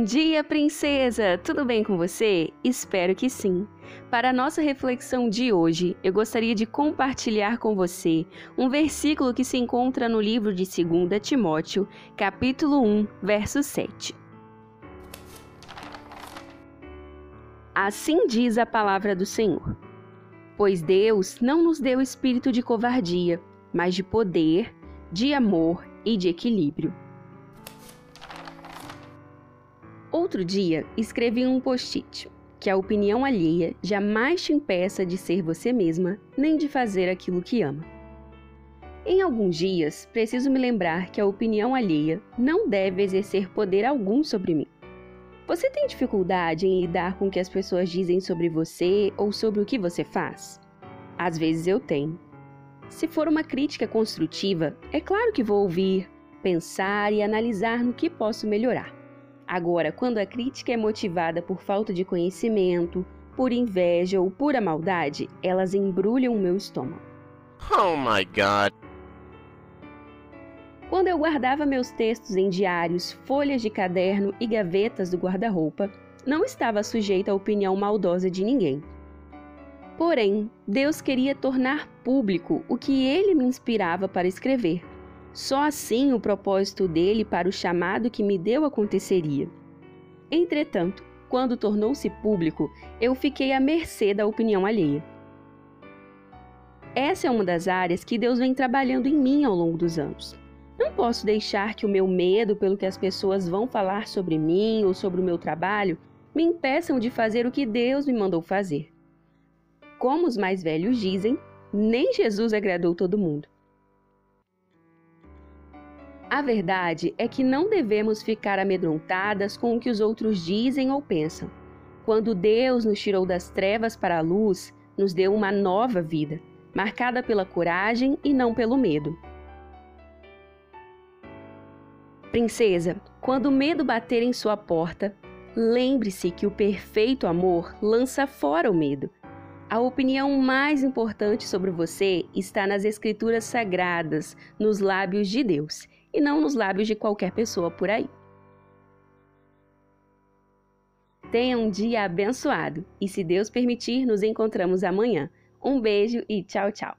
dia, princesa! Tudo bem com você? Espero que sim. Para a nossa reflexão de hoje, eu gostaria de compartilhar com você um versículo que se encontra no livro de 2 Timóteo, capítulo 1, verso 7. Assim diz a palavra do Senhor: pois Deus não nos deu espírito de covardia, mas de poder, de amor e de equilíbrio. Outro dia, escrevi um post-it, que a opinião alheia jamais te impeça de ser você mesma, nem de fazer aquilo que ama. Em alguns dias, preciso me lembrar que a opinião alheia não deve exercer poder algum sobre mim. Você tem dificuldade em lidar com o que as pessoas dizem sobre você ou sobre o que você faz? Às vezes eu tenho. Se for uma crítica construtiva, é claro que vou ouvir, pensar e analisar no que posso melhorar. Agora, quando a crítica é motivada por falta de conhecimento, por inveja ou pura maldade, elas embrulham o meu estômago. Oh my God! Quando eu guardava meus textos em diários, folhas de caderno e gavetas do guarda-roupa, não estava sujeita à opinião maldosa de ninguém. Porém, Deus queria tornar público o que Ele me inspirava para escrever. Só assim o propósito dele para o chamado que me deu aconteceria. Entretanto, quando tornou-se público, eu fiquei à mercê da opinião alheia. Essa é uma das áreas que Deus vem trabalhando em mim ao longo dos anos. Não posso deixar que o meu medo pelo que as pessoas vão falar sobre mim ou sobre o meu trabalho me impeçam de fazer o que Deus me mandou fazer. Como os mais velhos dizem, nem Jesus agradou todo mundo. A verdade é que não devemos ficar amedrontadas com o que os outros dizem ou pensam. Quando Deus nos tirou das trevas para a luz, nos deu uma nova vida, marcada pela coragem e não pelo medo. Princesa, quando o medo bater em sua porta, lembre-se que o perfeito amor lança fora o medo. A opinião mais importante sobre você está nas Escrituras Sagradas, nos lábios de Deus, e não nos lábios de qualquer pessoa por aí. Tenha um dia abençoado e, se Deus permitir, nos encontramos amanhã. Um beijo e tchau, tchau!